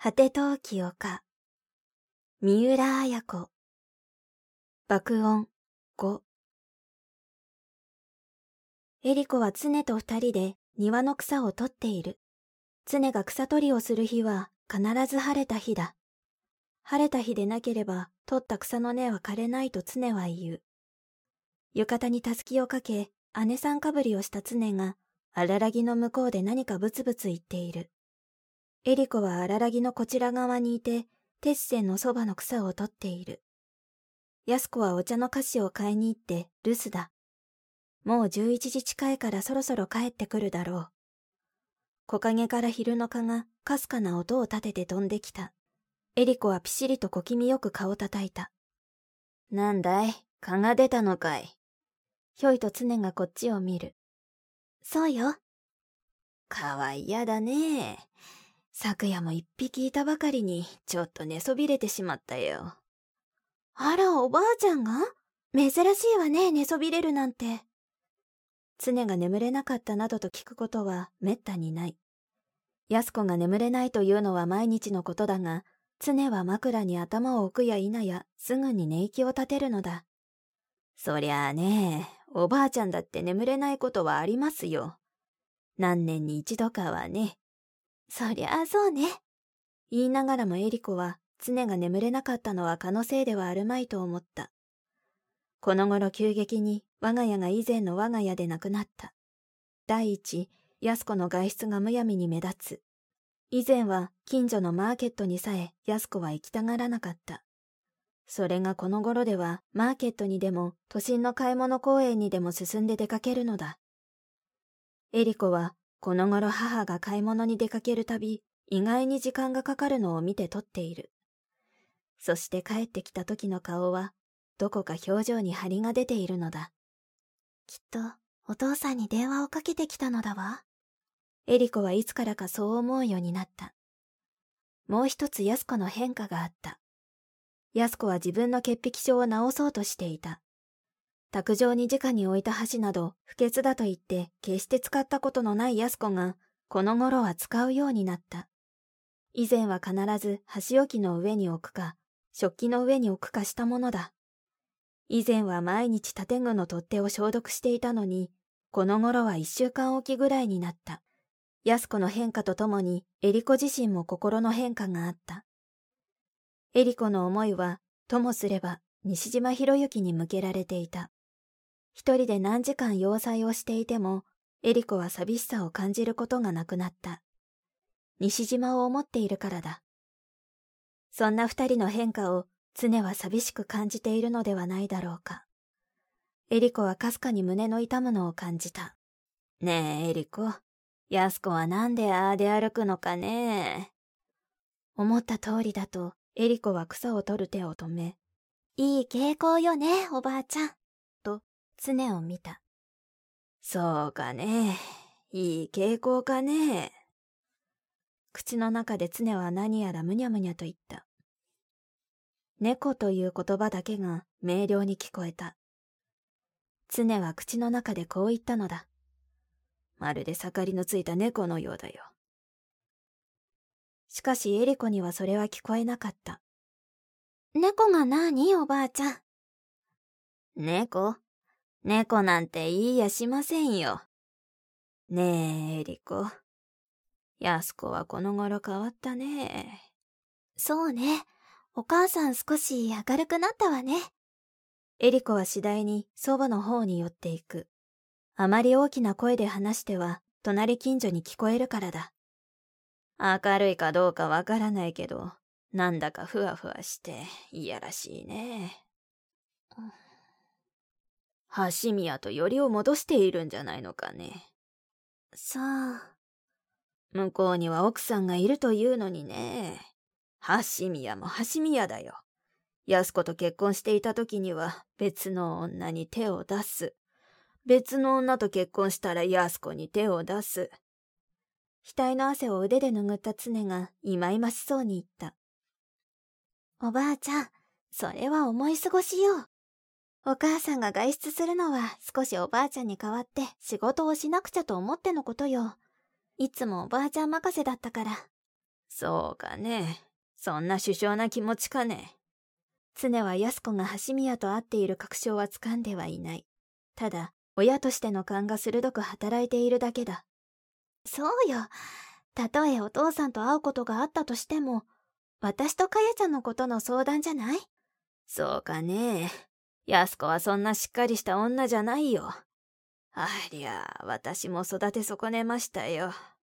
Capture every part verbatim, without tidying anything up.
果て陶器丘。三浦綾子。爆音ご。エリコは常と二人で庭の草を取っている。常が草取りをする日は必ず晴れた日だ。晴れた日でなければ取った草の根は枯れないと常は言う。浴衣にたすきをかけ、姉さんかぶりをした常が荒らぎの向こうで何かブツブツ言っている。エリコは荒らぎのこちら側にいて、鉄線のそばの草を取っている。安子はお茶の菓子を買いに行って留守だ。もう十一時近いからそろそろ帰ってくるだろう。木陰から昼の蚊がかすかな音を立てて飛んできた。エリコはピシリと小気味よく顔を叩いた。なんだい、蚊が出たのかい。ひょいと常がこっちを見る。そうよ。蚊は嫌だね。昨夜も一匹いたばかりにちょっと寝そびれてしまったよ。あら、おばあちゃんが？珍しいわね、寝そびれるなんて。常が眠れなかったなどと聞くことはめったにない。安子が眠れないというのは毎日のことだが、常は枕に頭を置くや否やすぐに寝息を立てるのだ。そりゃあね、おばあちゃんだって眠れないことはありますよ。何年に一度かはね。そりゃあそうね。言いながらもエリコは常が眠れなかったのは蚊のせいではあるまいと思った。この頃急激に我が家が以前の我が家でなくなった。第一、安子の外出がむやみに目立つ。以前は近所のマーケットにさえ安子は行きたがらなかった。それがこの頃ではマーケットにでも都心の買い物公園にでも進んで出かけるのだ。エリコはこの頃母が買い物に出かけるたび意外に時間がかかるのを見て取っている。そして帰ってきた時の顔はどこか表情に張りが出ているのだ。きっとお父さんに電話をかけてきたのだわ。エリコはいつからかそう思うようになった。もう一つ安子の変化があった。安子は自分の潔癖症を治そうとしていた。卓上に直に置いた箸など不潔だと言って決して使ったことのない安子がこの頃は使うようになった。以前は必ず箸置きの上に置くか食器の上に置くかしたものだ。以前は毎日建具の取っ手を消毒していたのに、この頃は一週間おきぐらいになった。安子の変化とともにエリコ自身も心の変化があった。エリコの思いはともすれば西島博之に向けられていた。一人で何時間洋裁をしていても、エリコは寂しさを感じることがなくなった。西島を思っているからだ。そんな二人の変化を常は寂しく感じているのではないだろうか。エリコはかすかに胸の痛むのを感じた。ねえエリコ、安子はなんでああで歩くのかね。思った通りだとエリコは草を取る手を止め、いい傾向よねおばあちゃんと常を見た。そうかね、いい傾向かね。口の中で常は何やらむにゃむにゃと言った。猫という言葉だけが明瞭に聞こえた。常は口の中でこう言ったのだ。まるで盛りのついた猫のようだよ。しかしエリコにはそれは聞こえなかった。猫が何おばあちゃん。猫？猫なんて言いやしませんよ。ねえエリコ。安子はこの頃変わったね。そうね。お母さん少し明るくなったわね。エリコは次第に祖母の方に寄っていく。あまり大きな声で話しては隣近所に聞こえるからだ。明るいかどうかわからないけど、なんだかふわふわしていやらしいね。橋宮とよりを戻しているんじゃないのかね。さあ。向こうには奥さんがいるというのにね。橋宮も橋宮だよ。安子と結婚していた時には別の女に手を出す。別の女と結婚したら安子に手を出す。額の汗を腕で拭った常がいまいましそうに言った。おばあちゃん、それは思い過ごしよ。お母さんが外出するのは少しおばあちゃんに代わって仕事をしなくちゃと思ってのことよ。いつもおばあちゃん任せだったから。 そうかね。そんな殊勝な気持ちかね。 常は安子が橋宮と会っている確証はつかんではいない。ただ、親としての勘が鋭く働いているだけだ。そうよ。たとえお父さんと会うことがあったとしても、私とかやちゃんのことの相談じゃない？ そうかね。安子はそんなしっかりした女じゃないよ。ありゃ、私も育て損ねましたよ。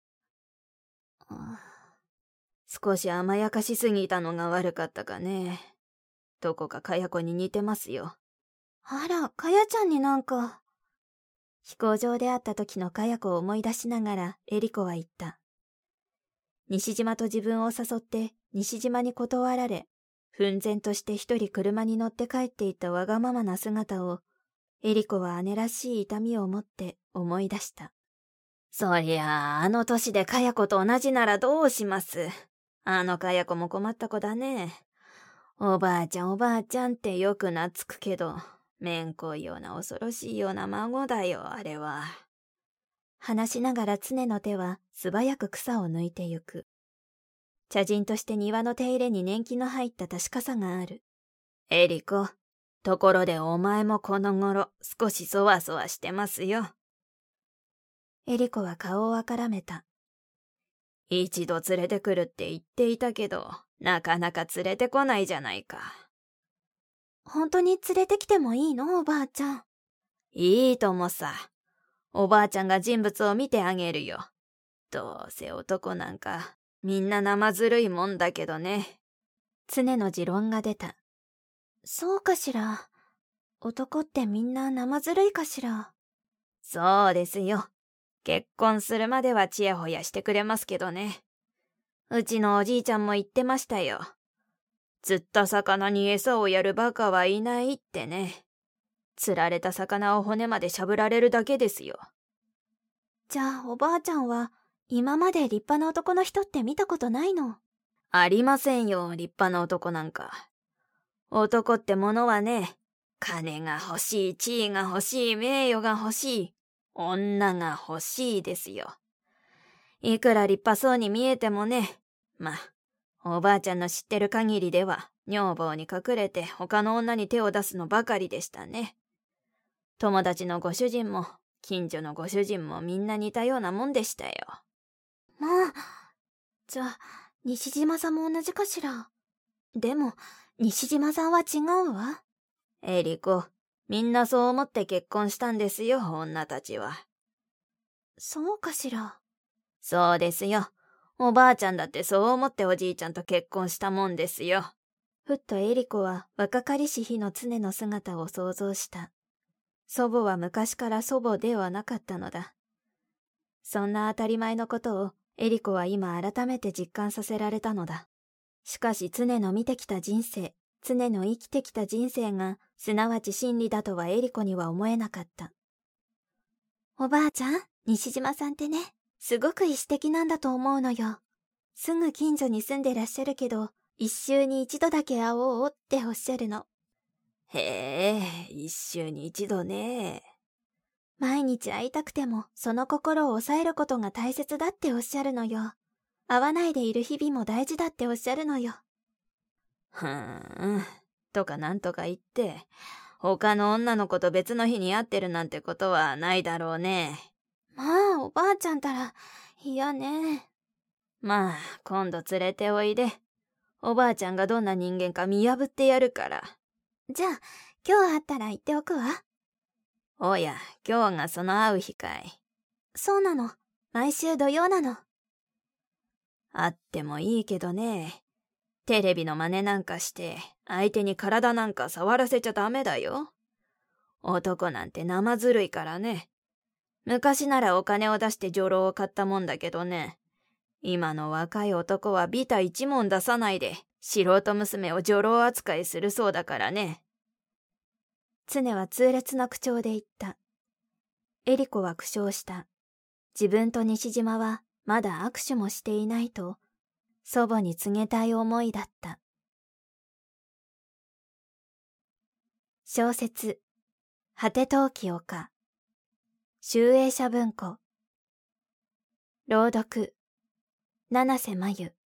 少し甘やかしすぎたのが悪かったかね。どこかかや子に似てますよ。 あら、かやちゃんになんか。飛行場で会った時のかや子を思い出しながらエリコは言った。西島と自分を誘って西島に断られ、奮然として一人車に乗って帰っていったわがままな姿を、エリコは姉らしい痛みを持って思い出した。 そりゃあ、あの年でかや子と同じならどうします。あのかや子も困った子だね。おばあちゃんおばあちゃんってよく懐くけど、めんこいような恐ろしいような孫だよ、あれは。 話しながら常の手は素早く草を抜いてゆく。茶人として庭の手入れに年季の入った確かさがある。 エリコ、ところでお前もこの頃少しそわそわしてますよ。 エリコは顔をあからめた。 一度連れてくるって言っていたけど、なかなか連れてこないじゃないか。 本当に連れてきてもいいの、おばあちゃん。 いいともさ。おばあちゃんが人物を見てあげるよ。どうせ男なんか、みんな生ずるいもんだけどね。 常の持論が出た。そうかしら。男ってみんな生ずるいかしら。 そうですよ。結婚するまではちやほやしてくれますけどね。うちのおじいちゃんも言ってましたよ。釣った魚に餌をやるバカはいないってね。釣られた魚を骨までしゃぶられるだけですよ。 じゃあおばあちゃんは今まで立派な男の人って見たことないの？ ありませんよ、立派な男なんか。男ってものはね、金が欲しい、地位が欲しい、名誉が欲しい、女が欲しいですよ。いくら立派そうに見えてもね、まあ、おばあちゃんの知ってる限りでは、女房に隠れて他の女に手を出すのばかりでしたね。友達のご主人も、近所のご主人もみんな似たようなもんでしたよ。 まあ、じゃあ、西島さんも同じかしら。でも、西島さんは違うわ。 エリコ、みんなそう思って結婚したんですよ、女たちは。 そうかしら。 そうですよ。おばあちゃんだってそう思っておじいちゃんと結婚したもんですよ。 ふっとエリコは若かりし日の常の姿を想像した。祖母は昔から祖母ではなかったのだ。そんな当たり前のことをエリコは今改めて実感させられたのだ。しかし常の見てきた人生、常の生きてきた人生がすなわち真理だとはエリコには思えなかった。おばあちゃん、西島さんってね、すごく意志的なんだと思うのよ。すぐ近所に住んでらっしゃるけど、一週に一度だけ会おうっておっしゃるの。 へえ、一週に一度ね。 毎日会いたくても、その心を抑えることが大切だっておっしゃるのよ。会わないでいる日々も大事だっておっしゃるのよ。 ふーん、とかなんとか言って、他の女の子と別の日に会ってるなんてことはないだろうね。 まあ、おばあちゃんたら、嫌ね。 まあ、今度連れておいで。おばあちゃんがどんな人間か見破ってやるから。 じゃあ、今日会ったら言っておくわ。 おや、今日がその会う日かい。 そうなの。毎週土曜なの。 会ってもいいけどね。テレビの真似なんかして、相手に体なんか触らせちゃダメだよ。男なんて生ずるいからね。昔ならお金を出して女郎を買ったもんだけどね。今の若い男はビタ一文出さないで、素人娘を女郎扱いするそうだからね。 常は痛烈な口調で言った。エリコは苦笑した。自分と西島はまだ握手もしていないと、祖母に告げたい思いだった。小説、果て陶器丘。集英社文庫。朗読、七瀬真由。